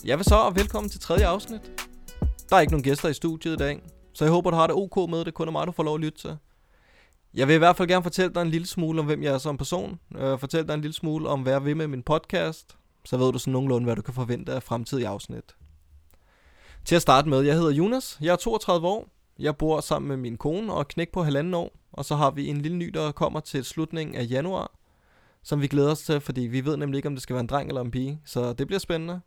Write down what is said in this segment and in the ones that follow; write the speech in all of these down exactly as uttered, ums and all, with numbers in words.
Jeg vil så, og velkommen til tredje afsnit. Der er ikke nogen gæster i studiet i dag, så jeg håber, du har det ok med det. Kun er mig, du får lov at lytte til. Jeg vil i hvert fald gerne fortælle dig en lille smule om, hvem jeg er som person. Uh, fortælle dig en lille smule om, hvad jeg vil med min podcast. Så ved du sådan nogenlunde, hvad du kan forvente af fremtidige afsnit. Til at starte med, jeg hedder Jonas. Jeg er toogtredive år. Jeg bor sammen med min kone og knæk på halvanden år. Og så har vi en lille ny, der kommer til slutningen af januar, som vi glæder os til, fordi vi ved nemlig ikke, om det skal være en dreng eller en pige. Så det bliver spændende.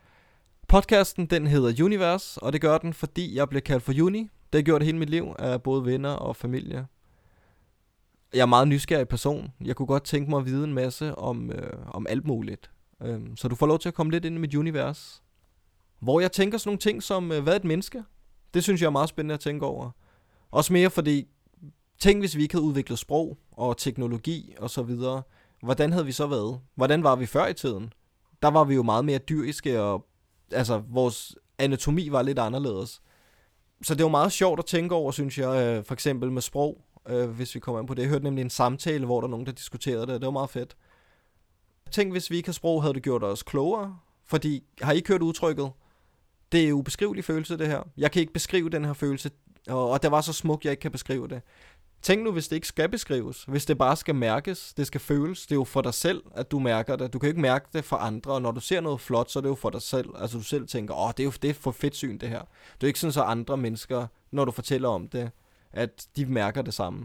Podcasten, den hedder Univers, og det gør den, fordi jeg blev kaldt for Uni. Det har gjort hele mit liv af både venner og familie. Jeg er meget nysgerrig person. Jeg kunne godt tænke mig at vide en masse om, øh, om alt muligt. Øhm, så du får lov til at komme lidt ind i mit univers. Hvor jeg tænker sådan nogle ting som, øh, hvad er et menneske? Det synes jeg er meget spændende at tænke over. Også mere fordi, tænk hvis vi ikke havde udviklet sprog og teknologi og så videre. Hvordan havde vi så været? Hvordan var vi før i tiden? Der var vi jo meget mere dyriske, og altså vores anatomi var lidt anderledes. Så det var meget sjovt at tænke over, synes jeg, øh, for eksempel med sprog, øh, hvis vi kommer ind på det. Jeg hørte nemlig en samtale, hvor der var nogen, der diskuterede det, det var meget fedt. Tænk, hvis vi ikke havde sprog, havde det gjort os klogere. Fordi, har I ikke hørt udtrykket? Det er jo ubeskrivelig følelse, det her. Jeg kan ikke beskrive den her følelse, og, og det var så smukt, jeg ikke kan beskrive det. Tænk nu, hvis det ikke skal beskrives, hvis det bare skal mærkes, det skal føles, det er jo for dig selv, at du mærker det. Du kan ikke mærke det for andre, og når du ser noget flot, så er det jo for dig selv. Altså du selv tænker, åh, det er jo det er for fedt syn, det her. Det er ikke sådan, så andre mennesker, når du fortæller om det, at de mærker det samme.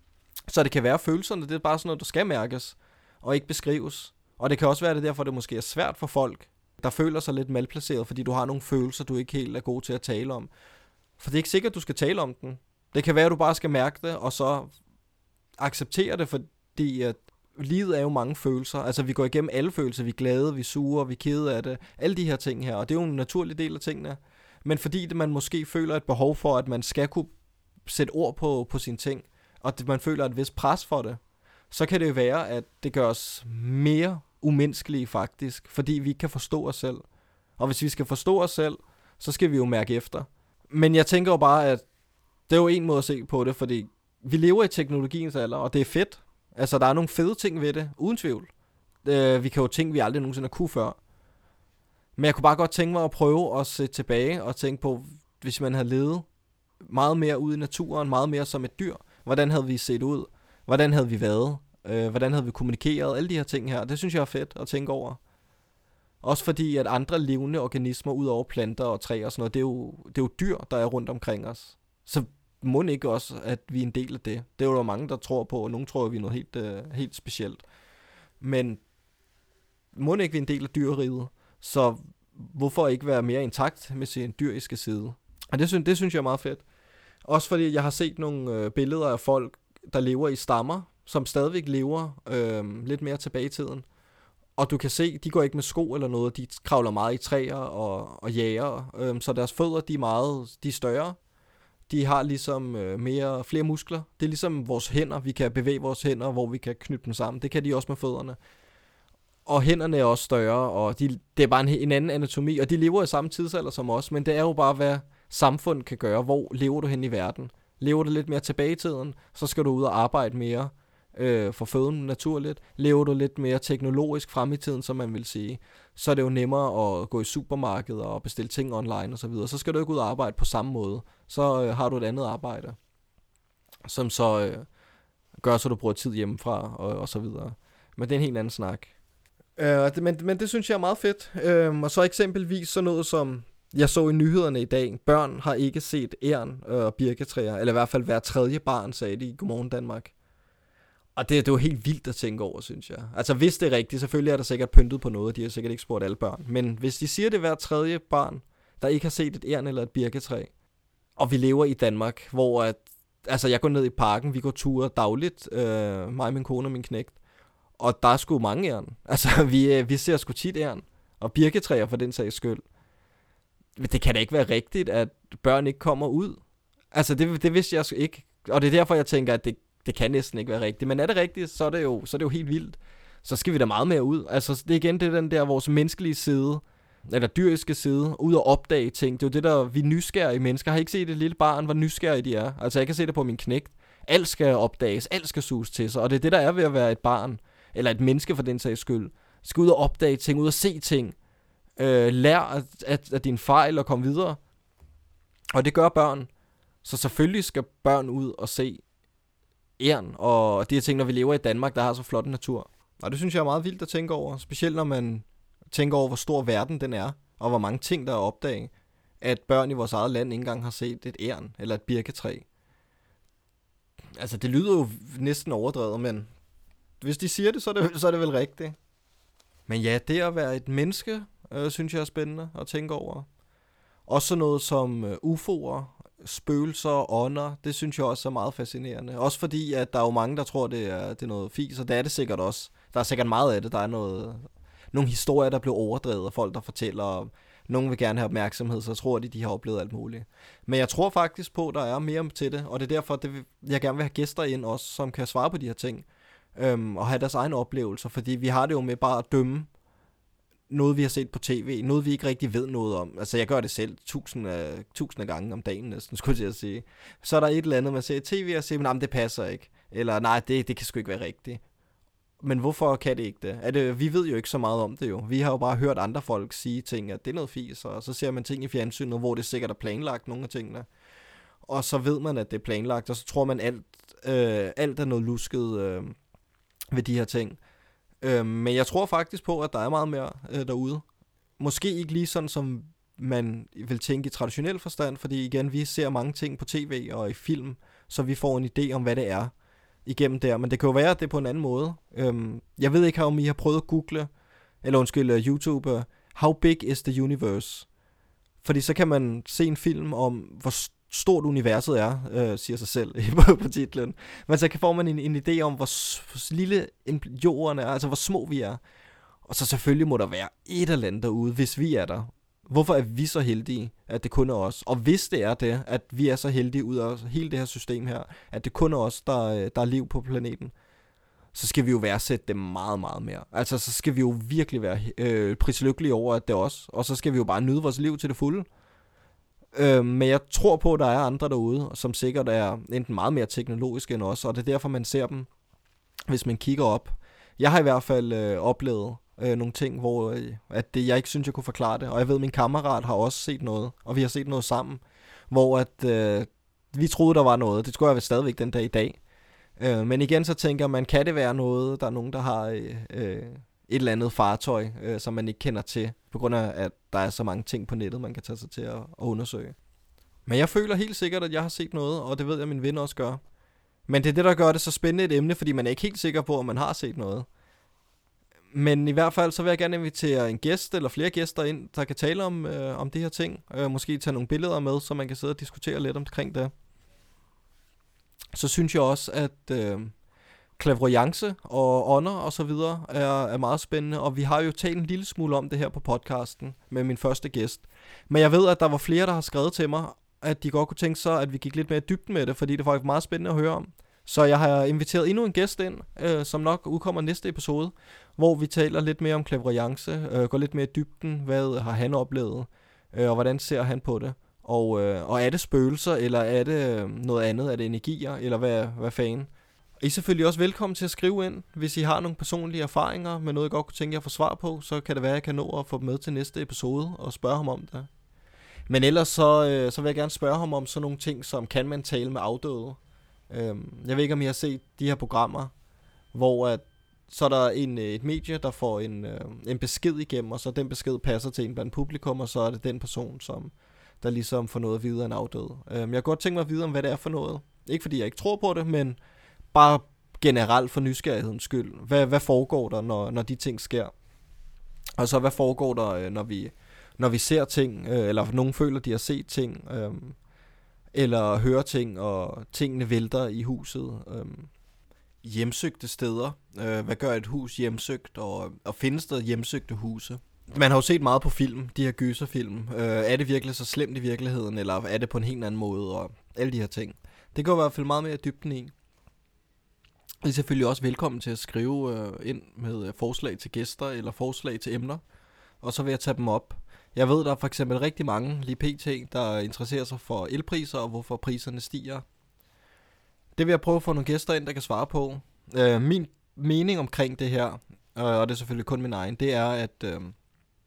Så det kan være følelserne, det er bare sådan noget, der skal mærkes, og ikke beskrives. Og det kan også være det derfor, det måske er svært for folk, der føler sig lidt malplaceret, fordi du har nogle følelser, du ikke helt er god til at tale om. For det er ikke sikkert, at du skal tale om den. Det kan være, at du bare skal mærke det, og så acceptere det, fordi at livet er jo mange følelser. Altså, vi går igennem alle følelser. Vi er glade, vi er sure, vi er kede af det. Alle de her ting her, og det er jo en naturlig del af tingene. Men fordi det, man måske føler et behov for, at man skal kunne sætte ord på, på sine ting, og det, man føler et vis pres for det, så kan det jo være, at det gør os mere umenneskelige faktisk, fordi vi ikke kan forstå os selv. Og hvis vi skal forstå os selv, så skal vi jo mærke efter. Men jeg tænker jo bare, at det er jo en måde at se på det, fordi vi lever i teknologiens alder, og det er fedt. Altså, der er nogle fede ting ved det, uden tvivl. Øh, vi kan jo tænke, vi aldrig nogensinde har kunne før. Men jeg kunne bare godt tænke mig at prøve at se tilbage og tænke på, hvis man havde levet meget mere ude i naturen, meget mere som et dyr. Hvordan havde vi set ud? Hvordan havde vi været? Øh, hvordan havde vi kommunikeret? Alle de her ting her, det synes jeg er fedt at tænke over. Også fordi, at andre levende organismer, ud over planter og træer og sådan noget, det er jo, det er jo dyr, der er rundt omkring os. Så må det ikke også, at vi er en del af det. Det er jo der mange, der tror på, og nogle tror, at vi er noget helt, øh, helt specielt. Men må det ikke, vi er en del af dyreriget? Så hvorfor ikke være mere intakt med sin dyriske side? Og det synes, det synes jeg er meget fedt. Også fordi jeg har set nogle øh, billeder af folk, der lever i stammer, som stadigvæk lever øh, lidt mere tilbage i tiden. Og du kan se, de går ikke med sko eller noget, de kravler meget i træer og, og jager, øh, så deres fødder, de er meget, de er større. De har ligesom øh, mere, flere muskler. Det er ligesom vores hænder. Vi kan bevæge vores hænder, hvor vi kan knytte dem sammen. Det kan de også med fødderne. Og hænderne er også større, og de, det er bare en, en anden anatomi. Og de lever i samme tidsalder som os, men det er jo bare, hvad samfundet kan gøre. Hvor lever du hen i verden? Lever du lidt mere tilbage i tiden, så skal du ud og arbejde mere øh, for føden naturligt. Lever du lidt mere teknologisk frem i tiden, som man vil sige, så er det jo nemmere at gå i supermarkedet og bestille ting online og så videre. Så skal du ikke ud og arbejde på samme måde. Så øh, har du et andet arbejde, som så øh, gør, så du bruger tid hjemmefra og, og så videre. Men det er en helt anden snak. Øh, det, men, men det synes jeg er meget fedt. Øh, og så eksempelvis sådan noget som, jeg så i nyhederne i dag, børn har ikke set ern og birketræer, eller i hvert fald hver tredje barn, sagde de i Godmorgen Danmark. Og det, det er jo helt vildt at tænke over, synes jeg. Altså hvis det er rigtigt, selvfølgelig er der sikkert pyntet på noget, de har sikkert ikke spurgt alle børn. Men hvis de siger, det er hver tredje barn, der ikke har set et ern eller et birketræ, og vi lever i Danmark, hvor at, altså jeg går ned i parken, vi går ture dagligt, øh, mig, min kone og min knægt, og der er sgu mange ern. Altså vi, vi ser sgu tit ern, og birketræer for den sags skyld. Men det kan da ikke være rigtigt, at børn ikke kommer ud. Altså det, det vidste jeg ikke, og det er derfor, jeg tænker, at det, det kan næsten ikke være rigtigt. Men er det rigtigt, så er det jo, så er det jo helt vildt. Så skal vi da meget mere ud. Altså det er igen det er den der vores menneskelige side, eller dyriske side, ud og opdage ting. Det er jo det der, vi nysgerrige mennesker. Har I ikke set et lille barn, hvor nysgerrige de er? Altså jeg kan se det på min knægt. Alt skal opdages, alt skal suges til sig, og det er det der er ved at være et barn, eller et menneske for den sags skyld. Skal ud og opdage ting, ud og se ting. Øh, lær at, at, at dine fejl og kom videre. Og det gør børn. Så selvfølgelig skal børn ud og se æren og de her ting, når vi lever i Danmark, der har så flot en natur. Og det synes jeg er meget vildt at tænke over. Specielt når man tænker over, hvor stor verden den er, og hvor mange ting, der er opdaget, at børn i vores eget land ikke engang har set et æren eller et birketræ. Altså, det lyder jo næsten overdrevet, men hvis de siger det, så er det, så er det vel rigtigt. Men ja, det at være et menneske, øh, synes jeg er spændende at tænke over. Også sådan noget som øh, U F O'er, spøgelser og ånder, det synes jeg også er meget fascinerende. Også fordi, at der er jo mange, der tror, det er, det er noget fis, og det er det sikkert også. Der er sikkert meget af det. Der er noget, nogle historier, der bliver overdrevet, og folk, der fortæller, og nogen vil gerne have opmærksomhed, så tror de, de har oplevet alt muligt. Men jeg tror faktisk på, at der er mere til det, og det er derfor, det jeg gerne vil have gæster ind også, som kan svare på de her ting, øhm, og have deres egne oplevelser, fordi vi har det jo med bare at dømme noget, vi har set på tv, noget, vi ikke rigtig ved noget om. Altså, jeg gør det selv tusinde, tusinde gange om dagen, næsten, skulle jeg sige. Så er der et eller andet, man ser i tv, og siger, nej, det passer ikke. Eller, nej, det, det kan sgu ikke være rigtigt. Men hvorfor kan det ikke det? Er det? Vi ved jo ikke så meget om det jo. Vi har jo bare hørt andre folk sige ting, at det er noget fis, og så ser man ting i fjernsynet, hvor det sikkert er planlagt, nogle af tingene. Og så ved man, at det er planlagt, og så tror man, alt, øh, alt er noget lusket øh, ved de her ting. Øh, men jeg tror faktisk på, at der er meget mere øh, derude. Måske ikke lige sådan, som man vil tænke i traditionel forstand, fordi igen, vi ser mange ting på tv og i film, så vi får en idé om, hvad det er igennem der. Men det kan jo være, at det er på en anden måde. Øhm, jeg ved ikke, om I har prøvet at google, eller undskyld, uh, YouTube, uh, How Big is the Universe? Fordi så kan man se en film om, hvor stort universet er, øh, siger sig selv på titlen. Men så kan få man en, en idé om, hvor, hvor lille jorden er, altså hvor små vi er. Og så selvfølgelig må der være et eller andet derude, hvis vi er der. Hvorfor er vi så heldige, at det kun er os? Og hvis det er det, at vi er så heldige ud af hele det her system her, at det kun er os, der, der er liv på planeten, så skal vi jo værdsætte det meget, meget mere. Altså, så skal vi jo virkelig være øh, prislykkelige over, at det er os. Og så skal vi jo bare nyde vores liv til det fulde. Øh, men jeg tror på, at der er andre derude, som sikkert er enten meget mere teknologiske end os, og det er derfor, man ser dem, hvis man kigger op. Jeg har i hvert fald øh, oplevet øh, nogle ting, hvor øh, at det, jeg ikke synes, jeg kunne forklare det. Og jeg ved, at min kammerat har også set noget, og vi har set noget sammen, hvor at, øh, vi troede, der var noget. Det tror jeg vel stadigvæk den dag i dag. Øh, men igen så tænker man, kan det være noget, der er nogen, der har øh, øh, et eller andet fartøj, øh, som man ikke kender til, på grund af, at der er så mange ting på nettet, man kan tage sig til at, at undersøge. Men jeg føler helt sikkert, at jeg har set noget, og det ved jeg, at min ven også gør. Men det er det, der gør det så spændende et emne, fordi man er ikke helt sikker på, om man har set noget. Men i hvert fald, så vil jeg gerne invitere en gæst eller flere gæster ind, der kan tale om, øh, om de her ting. Øh, måske tage nogle billeder med, så man kan sidde og diskutere lidt omkring det. Så synes jeg også, at øh, clairvoyance og ånder og så videre er, er meget spændende. Og vi har jo talt en lille smule om det her på podcasten med min første gæst. Men jeg ved, at der var flere, der har skrevet til mig, at de godt kunne tænke sig, at vi gik lidt mere i dybden med det, fordi det var faktisk meget spændende at høre om. Så jeg har inviteret endnu en gæst ind, øh, som nok udkommer næste episode, hvor vi taler lidt mere om clairvoyance, øh, går lidt mere i dybden, hvad har han oplevet, øh, og hvordan ser han på det. Og, øh, og er det spøgelser, eller er det øh, noget andet, er det energier, eller hvad, hvad fanden? I er selvfølgelig også velkommen til at skrive ind, hvis I har nogle personlige erfaringer med noget, I godt kunne tænke jer at få svar på, så kan det være, at jeg kan nå at få dem med til næste episode og spørge ham om det. Men ellers så, øh, så vil jeg gerne spørge ham om sådan nogle ting, som kan man tale med afdøde. Øhm, jeg ved ikke, om I har set de her programmer, hvor at, så er der en, et medie, der får en, øh, en besked igennem, og så den besked passer til en blandt publikum, og så er det den person, som der ligesom får noget at vide af en afdød. Øhm, jeg kan godt tænke mig at vide om, hvad det er for noget. Ikke fordi jeg ikke tror på det, men bare generelt for nysgerrighedens skyld. Hvad, hvad foregår der, når, når de ting sker? Og så hvad foregår der, når vi, når vi ser ting, øh, eller nogen føler, de har set ting, øh, eller hører ting, og tingene vælter i huset. Øh, hjemsøgte steder. Øh, hvad gør et hus hjemsøgt, og, og findes der hjemsøgte huse? Man har jo set meget på film, de her gyserfilm. Øh, er det virkelig så slemt i virkeligheden, eller er det på en helt anden måde, og alle de her ting. Det går i hvert fald meget mere i dybden i. I er selvfølgelig også velkommen til at skrive øh, ind med forslag til gæster, eller forslag til emner, og så vil jeg tage dem op. Jeg ved, der er for eksempel rigtig mange lige pt, der interesserer sig for elpriser, og hvorfor priserne stiger. Det vil jeg prøve at få nogle gæster ind, der kan svare på. Øh, min mening omkring det her, øh, og det er selvfølgelig kun min egen, det er, at, øh,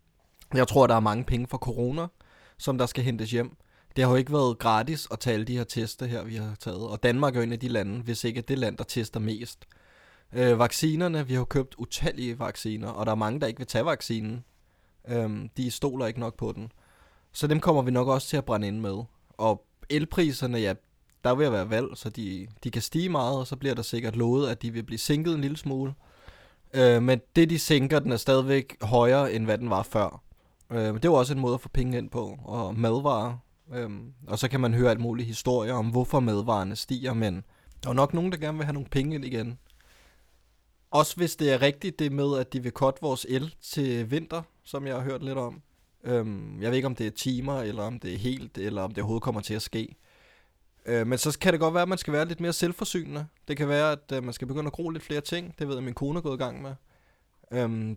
Jeg tror, der er mange penge for corona, som der skal hentes hjem. Det har jo ikke været gratis at tage alle de her tester her, vi har taget. Og Danmark er jo en af de lande, hvis ikke det land, der tester mest. Øh, vaccinerne, vi har jo købt utallige vacciner, og der er mange, der ikke vil tage vaccinen. Øhm, de stoler ikke nok på den. Så dem kommer vi nok også til at brænde ind med. Og elpriserne, ja, der vil være valg, så de, de kan stige meget, og så bliver der sikkert lovet, at de vil blive sænket en lille smule. Øh, men det, de sænker, den er stadigvæk højere, end hvad den var før. Øh, det er jo også en måde at få penge ind på, og madvarer. Øh, og så kan man høre alt mulige historier om, hvorfor madvarerne stiger, men der er nok nogen, der gerne vil have nogle penge ind igen. Også hvis det er rigtigt det med, at de vil cutte vores el til vinter, som jeg har hørt lidt om. Øhm, jeg ved ikke, om det er timer, eller om det er helt, eller om det overhovedet kommer til at ske. Øh, men så kan det godt være, at man skal være lidt mere selvforsynende. Det kan være, at øh, man skal begynde at gro lidt flere ting. Det ved jeg, min kone er gået i gang med. Øhm,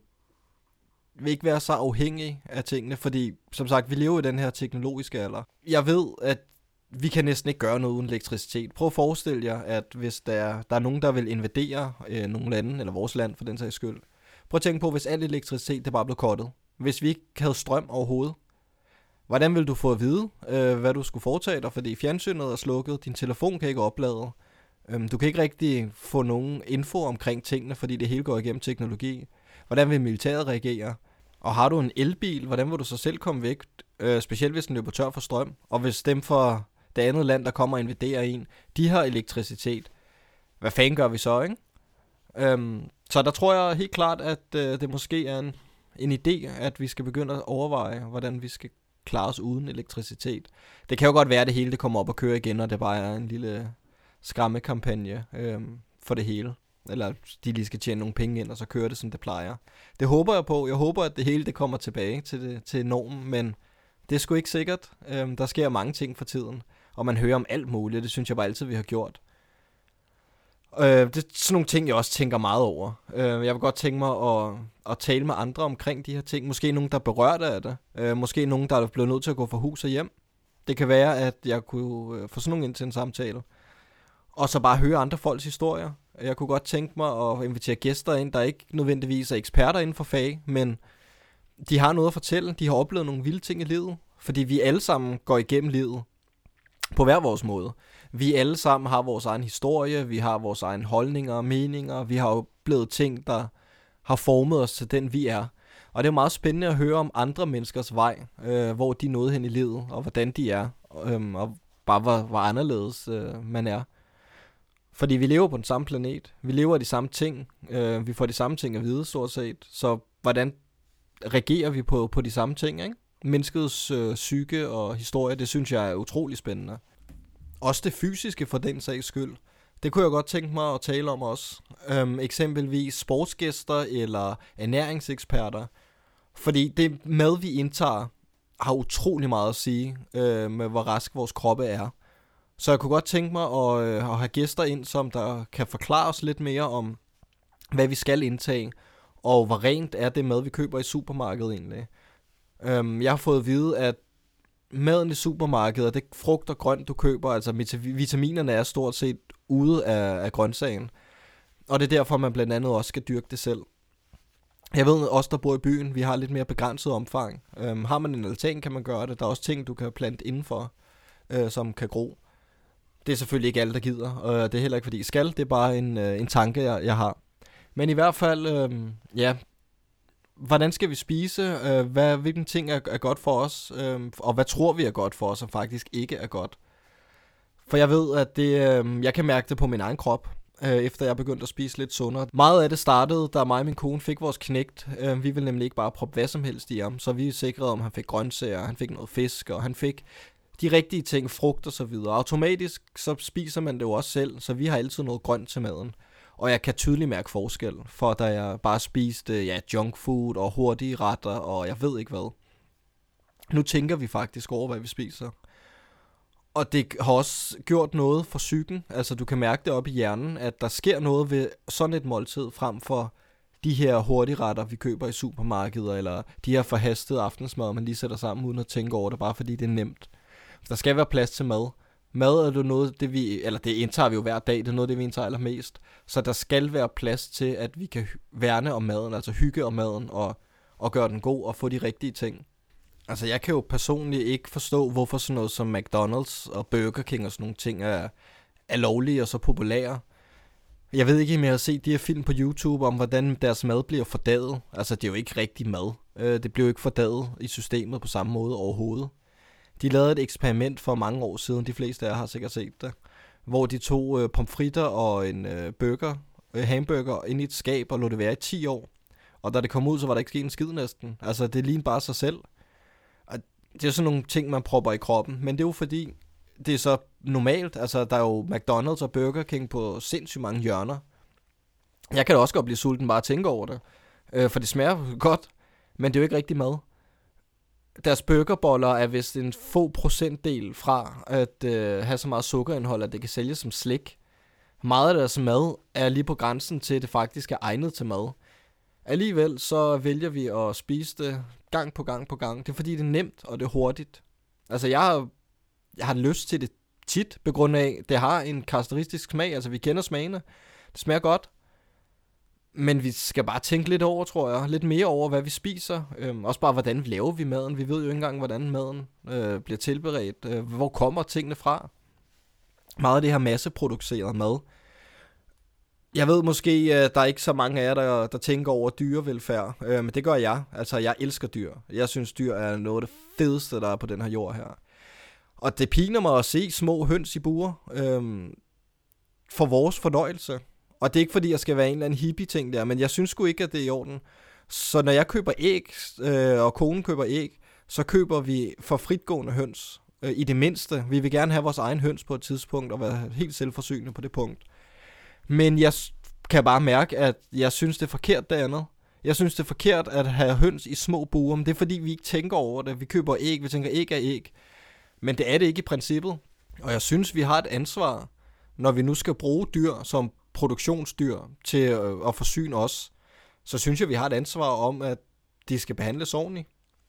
vil ikke være så afhængig af tingene, fordi som sagt, vi lever i den her teknologiske alder. Jeg ved, at vi kan næsten ikke gøre noget uden elektricitet. Prøv at forestille jer, at hvis der, der er nogen, der vil invadere øh, nogle lande, eller vores land for den sags skyld. Prøv at tænke på, hvis al elektricitet det bare blev cuttet. Hvis vi ikke havde strøm overhovedet. Hvordan ville du få at vide, øh, hvad du skulle foretage dig? Fordi fjernsynet er slukket, din telefon kan ikke oplade. Øhm, du kan ikke rigtig få nogen info omkring tingene, fordi det hele går igennem teknologi. Hvordan vil militæret reagere? Og har du en elbil, hvordan vil du så selv komme væk? Øh, specielt hvis den løber tør for strøm. Og hvis dem fra det andet land, der kommer og invaderer en, de har elektricitet. Hvad fanden gør vi så, ikke? Øhm, så der tror jeg helt klart, at øh, det måske er en, en idé, at vi skal begynde at overveje, hvordan vi skal klare os uden elektricitet. Det kan jo godt være, at det hele det kommer op og kører igen, og det bare er en lille skræmmekampagne øhm, for det hele. Eller de lige skal tjene nogle penge ind, og så kører det, som det plejer. Det håber jeg på. Jeg håber, at det hele det kommer tilbage til, det, til normen, men det er sgu ikke sikkert. Øhm, der sker mange ting for tiden, og man hører om alt muligt. Det synes jeg bare altid, vi har gjort. Øh, det er sådan nogle ting, jeg også tænker meget over. Øh, jeg vil godt tænke mig at, at tale med andre omkring de her ting. Måske nogen, der er berørt af det. Øh, måske nogen, der er blevet nødt til at gå fra hus og hjem. Det kan være, at jeg kunne få sådan nogen ind til en samtale. Og så bare høre andre folks historier. Jeg kunne godt tænke mig at invitere gæster ind, der ikke nødvendigvis er eksperter inden for fag, men de har noget at fortælle. De har oplevet nogle vilde ting i livet. Fordi vi alle sammen går igennem livet på hver vores måde. Vi alle sammen har vores egen historie, vi har vores egne holdninger og meninger, vi har oplevet ting, der har formet os til den, vi er. Og det er meget spændende at høre om andre menneskers vej, øh, hvor de nåede hen i livet, og hvordan de er, øh, og bare hvor, hvor anderledes øh, man er. Fordi vi lever på den samme planet, vi lever af de samme ting, øh, vi får de samme ting at vide, stort set. Så hvordan reagerer vi på, på de samme ting, ikke? Menneskets øh, psyke og historie, det synes jeg er utrolig spændende. Også det fysiske for den sags skyld. Det kunne jeg godt tænke mig at tale om også. Øhm, eksempelvis sportsgæster eller ernæringseksperter. Fordi det mad, vi indtager, har utrolig meget at sige øh, med, hvor rask vores kroppe er. Så jeg kunne godt tænke mig at, øh, at have gæster ind, som der kan forklare os lidt mere om, hvad vi skal indtage, og hvor rent er det mad, vi køber i supermarkedet egentlig. Øhm, jeg har fået at vide, at maden i supermarkedet, det frugt og grønt, du køber, altså vitaminerne er stort set ude af, af grøntsagen. Og det er derfor, man blandt andet også skal dyrke det selv. Jeg ved, os der bor i byen, vi har lidt mere begrænset omfang. Øhm, har man en altan, kan man gøre det. Der er også ting, du kan plante indenfor, øh, som kan gro. Det er selvfølgelig ikke alle, der gider, og det er heller ikke, fordi I skal. Det er bare en, øh, en tanke, jeg, jeg har. Men i hvert fald, øh, ja... Hvordan skal vi spise? Øh, hvad, hvilken ting er, er godt for os? Øh, og hvad tror vi er godt for os, som faktisk ikke er godt? For jeg ved, at det, øh, jeg kan mærke det på min egen krop, øh, efter jeg begyndte at spise lidt sundere. Meget af det startede, da mig og min kone fik vores knægt. Øh, vi ville nemlig ikke bare proppe hvad som helst i ham, så vi sikrede, om han fik grøntsager, han fik noget fisk, og han fik de rigtige ting, frugt og så videre. Automatisk så spiser man det jo også selv, så vi har altid noget grønt til maden. Og jeg kan tydeligt mærke forskel, for da jeg bare spiste ja, junk food og hurtige retter, og jeg ved ikke hvad. Nu tænker vi faktisk over, hvad vi spiser. Og det har også gjort noget for psyken. Altså du kan mærke det op i hjernen, at der sker noget ved sådan et måltid, frem for de her hurtige retter, vi køber i supermarkeder, eller de her forhastede aftensmad, man lige sætter sammen uden at tænke over det, bare fordi det er nemt. Der skal være plads til mad. Mad er jo noget, det vi, eller det indtager vi jo hver dag, det er noget, det vi indtager allermest. Så der skal være plads til, at vi kan værne om maden, altså hygge om maden, og, og gøre den god og få de rigtige ting. Altså jeg kan jo personligt ikke forstå, hvorfor sådan noget som McDonald's og Burger King og sådan nogle ting er, er lovlige og så populære. Jeg ved ikke, om jeg har set de her film på YouTube om, hvordan deres mad bliver fordaget. Altså det er jo ikke rigtig mad. Det bliver jo ikke fordaget i systemet på samme måde overhovedet. De lavede et eksperiment for mange år siden, de fleste af jer har sikkert set det, hvor de tog øh, pomfritter og en øh, burger, øh, hamburger ind i et skab og lod det være i ti år. Og da det kom ud, så var der ikke sket en skid næsten. Altså det lignede bare sig selv. Og det er sådan nogle ting, man propper i kroppen. Men det er jo fordi, det er så normalt. Altså der er jo McDonald's og Burger King på sindssygt mange hjørner. Jeg kan da også godt blive sulten bare at tænke over det. Øh, for det smager godt, men det er jo ikke rigtig mad. Deres burgerboller er vist en få procentdel fra at øh, have så meget sukkerindhold, at det kan sælges som slik. Meget af deres mad er lige på grænsen til, at det faktisk er egnet til mad. Alligevel så vælger vi at spise det gang på gang på gang. Det er fordi, det er nemt, og det er hurtigt. Altså, jeg har, jeg har lyst til det tit, på grund af, det har en karakteristisk smag. Altså, vi kender smagene. Det smager godt. Men vi skal bare tænke lidt over, tror jeg. Lidt mere over, hvad vi spiser. Øhm, også bare, hvordan laver vi maden. Vi ved jo ikke engang, hvordan maden øh, bliver tilberedt. Øh, hvor kommer tingene fra? Meget af det her masseproducerede mad. Jeg ved måske, at der er ikke så mange af jer, der, der tænker over dyrevelfærd. Øh, men det gør jeg. Altså, jeg elsker dyr. Jeg synes, dyr er noget af det fedeste, der er på den her jord her. Og det piner mig at se små høns i bure. Øh, for vores fornøjelse. Og det er ikke fordi, jeg skal være en eller anden hippie-ting der, men jeg synes sgu ikke, at det er i orden. Så når jeg køber æg, øh, og konen køber æg, så køber vi for fritgående høns. Øh, I det mindste. Vi vil gerne have vores egen høns på et tidspunkt, og være helt selvforsynende på det punkt. Men jeg kan bare mærke, at jeg synes, det er forkert det andet. Jeg synes, det er forkert at have høns i små bure, men det er fordi, vi ikke tænker over det. Vi køber æg, vi tænker æg er æg. Men det er det ikke i princippet. Og jeg synes, vi har et ansvar, når vi nu skal bruge dyr som produktionsdyr til øh, at forsyne os, så synes jeg, vi har et ansvar om, at de skal behandles ordentligt.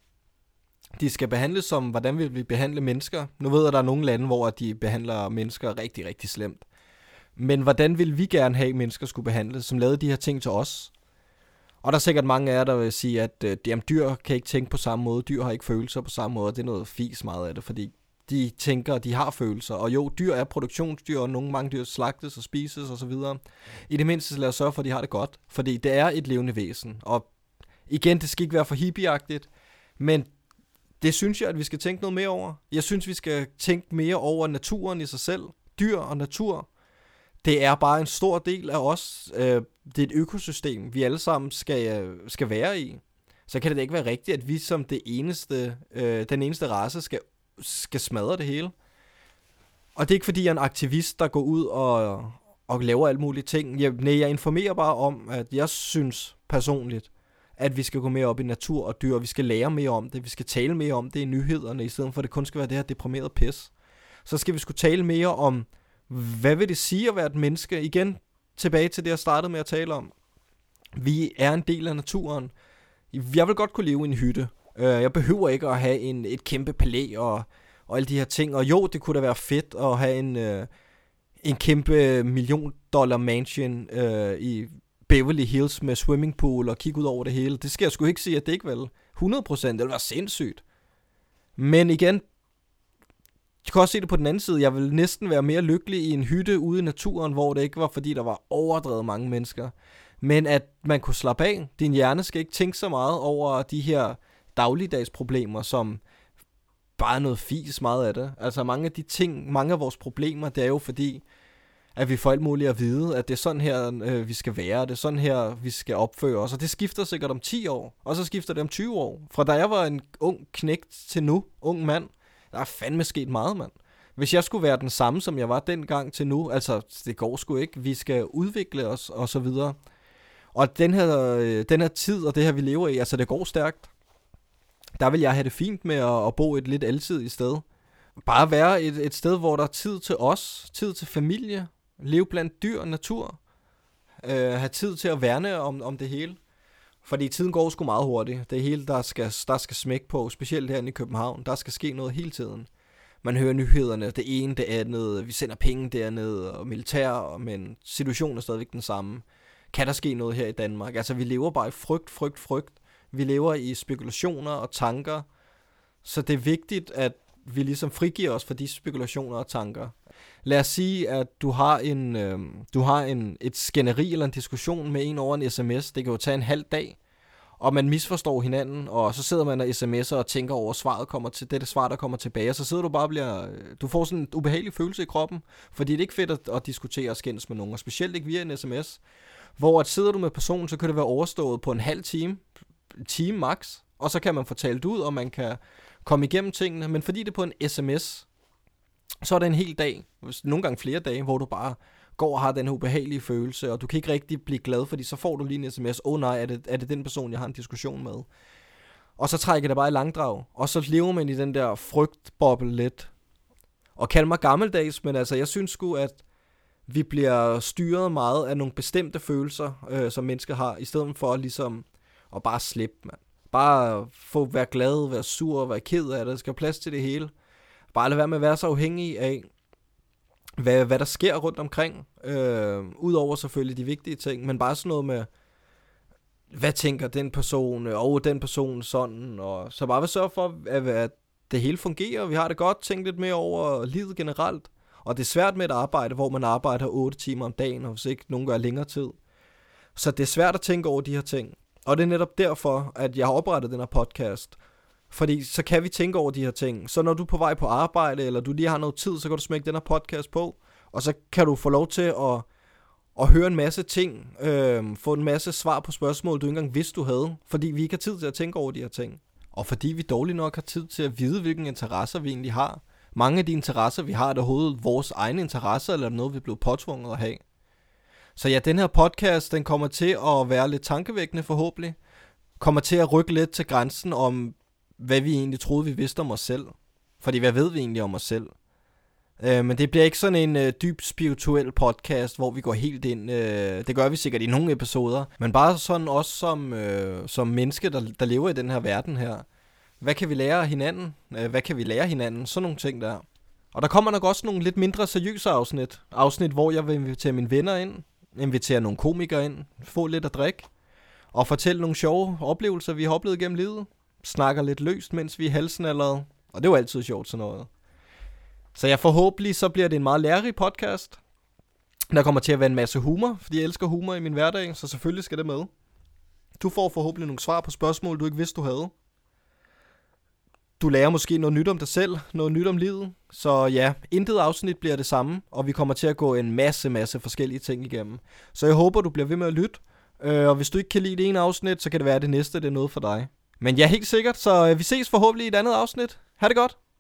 De skal behandles som, hvordan vil vi behandle mennesker. Nu ved jeg, at der er nogle lande, hvor de behandler mennesker rigtig, rigtig slemt. Men hvordan vil vi gerne have, at mennesker skulle behandles, som lavede de her ting til os? Og der er sikkert mange af jer, der vil sige, at øh, jamen, dyr kan ikke tænke på samme måde. Dyr har ikke følelser på samme måde. Det er noget fis meget af det, fordi de tænker, de har følelser. Og jo, dyr er produktionsdyr, og nogle mange dyr slagtes og spises og så videre. I det mindste lad os sørge for, at de har det godt. Fordi det er et levende væsen. Og igen, det skal ikke være for hippieagtigt. Men det synes jeg, at vi skal tænke noget mere over. Jeg synes, vi skal tænke mere over naturen i sig selv. Dyr og natur. Det er bare en stor del af os. Det er et økosystem, vi alle sammen skal, skal være i. Så kan det da ikke være rigtigt, at vi som det eneste, den eneste race skal skal smadre det hele. Og det er ikke fordi, jeg er en aktivist, der går ud og, og laver alle mulige ting. Jeg, nej, jeg informerer bare om, at jeg synes personligt, at vi skal gå mere op i natur og dyr, og vi skal lære mere om det, vi skal tale mere om det i nyhederne, i stedet for at det kun skal være det her deprimerede pis. Så skal vi sgu tale mere om, hvad vil det sige at være et menneske? Igen, tilbage til det, jeg startede med at tale om. Vi er en del af naturen. Jeg vil godt kunne leve i en hytte. Jeg behøver ikke at have en, et kæmpe palæ og, og alle de her ting. Og jo, det kunne da være fedt at have en, øh, en kæmpe million dollar mansion øh, i Beverly Hills med swimmingpool og kigge ud over det hele. Det skal jeg sgu ikke sige, at det ikke vel. hundrede procent, det vil være sindssygt. Men igen, jeg kan også se det på den anden side. Jeg vil næsten være mere lykkelig i en hytte ude i naturen, hvor det ikke var, fordi der var overdrevet mange mennesker. Men at man kunne slappe af. Din hjerne skal ikke tænke så meget over de her dagligdags problemer, som bare noget fis meget af det. Altså mange af de ting, mange af vores problemer, det er jo fordi, at vi får alt muligt at vide, at det er sådan her, øh, vi skal være, det er sådan her, vi skal opføre os, og det skifter sikkert om ti år, og så skifter det om tyve år. Fra da jeg var en ung knægt til nu, ung mand, der er fandme sket meget, mand. Hvis jeg skulle være den samme, som jeg var dengang til nu, altså det går sgu ikke, vi skal udvikle os, og så videre. Og den her, øh, den her tid, og det her vi lever i, altså det går stærkt. Der vil jeg have det fint med at, at bo et lidt alsidigt sted. Bare være et, et sted, hvor der er tid til os, tid til familie, leve blandt dyr og natur. Øh, have tid til at værne om, om det hele. Fordi tiden går sgu meget hurtigt. Det er hele, der skal, der skal smække på, specielt herinde i København. Der skal ske noget hele tiden. Man hører nyhederne, det ene, det andet, vi sender penge dernede, og militær, men situationen er stadigvæk den samme. Kan der ske noget her i Danmark? Altså, vi lever bare i frygt, frygt, frygt. Vi lever i spekulationer og tanker, så det er vigtigt, at vi ligesom frigiver os fra de spekulationer og tanker. Lad os sige, at du har en, øh, du har en, et skænderi eller en diskussion med en over en sms. Det kan jo tage en halv dag, og man misforstår hinanden, og så sidder man og sms'er og tænker over, svaret kommer til, det er det svar, der kommer tilbage, og så sidder du bare og bliver, du får sådan en ubehagelig følelse i kroppen, fordi det er ikke fedt at, at diskutere og skændes med nogen, og specielt ikke via en sms, hvor at sidder du med personen, så kan det være overstået på en halv time, en time max, og så kan man få talt ud, og man kan komme igennem tingene, men fordi det er på en sms, så er det en hel dag, nogle gange flere dage, hvor du bare går og har den her ubehagelige følelse, og du kan ikke rigtig blive glad, fordi så får du lige en sms, åh oh, nej, er det, er det den person, jeg har en diskussion med? Og så trækker det bare i langdrag, og så lever man i den der frygtboble lidt. Og kald mig gammeldags, men altså, jeg synes sgu, at vi bliver styret meget af nogle bestemte følelser, øh, som mennesker har, i stedet for ligesom at bare slippe, man. Bare få være glad, være sur, være ked af det, der skal have plads til det hele. Bare lade være med at være så afhængig af, hvad, hvad der sker rundt omkring. Øh, Udover selvfølgelig de vigtige ting, men bare sådan noget med, hvad tænker den person, og den person sådan. Og så bare vil sørge for, at, at det hele fungerer, vi har det godt, tænk lidt mere over livet generelt. Og det er svært med et arbejde, hvor man arbejder otte timer om dagen, og hvis ikke nogen gør længere tid. Så det er svært at tænke over de her ting. Og det er netop derfor, at jeg har oprettet den her podcast. Fordi så kan vi tænke over de her ting. Så når du er på vej på arbejde, eller du lige har noget tid, så kan du smække den her podcast på. Og så kan du få lov til at, at høre en masse ting. Øh, få en masse svar på spørgsmål, du ikke engang vidste, du havde. Fordi vi ikke har tid til at tænke over de her ting. Og fordi vi dårligt nok har tid til at vide, hvilke interesser vi egentlig har. Mange af de interesser, vi har, er det overhovedet vores egne interesser, eller er det noget, vi er blevet påtvunget at have. Så ja, den her podcast, den kommer til at være lidt tankevækkende forhåbentlig. Kommer til at rykke lidt til grænsen om, hvad vi egentlig troede, vi vidste om os selv. Fordi hvad ved vi egentlig om os selv? Øh, men det bliver ikke sådan en øh, dyb spirituel podcast, hvor vi går helt ind. Øh, det gør vi sikkert i nogle episoder. Men bare sådan også som, øh, som menneske, der, der lever i den her verden her. Hvad kan vi lære af hinanden? Øh, hvad kan vi lære af hinanden? Sådan nogle ting der. Og der kommer nok også nogle lidt mindre seriøse afsnit. Afsnit, hvor jeg vil invitere mine venner ind. Invitere nogle komikere ind. Få lidt at drikke. Og fortælle nogle sjove oplevelser, vi har oplevet gennem livet. Snakker lidt løst, mens vi er halsen allerede. Og det er jo altid sjovt sådan noget. Så jeg forhåbentlig, så bliver det en meget lærerig podcast. Der kommer til at være en masse humor, fordi jeg elsker humor i min hverdag, så selvfølgelig skal det med. Du får forhåbentlig nogle svar på spørgsmål, du ikke vidste, du havde. Du lærer måske noget nyt om dig selv, noget nyt om livet. Så ja, intet afsnit bliver det samme, og vi kommer til at gå en masse, masse forskellige ting igennem. Så jeg håber, du bliver ved med at lytte. Og hvis du ikke kan lide det ene afsnit, så kan det være, at det næste det er noget for dig. Men ja, helt sikkert, så vi ses forhåbentlig i et andet afsnit. Ha' det godt!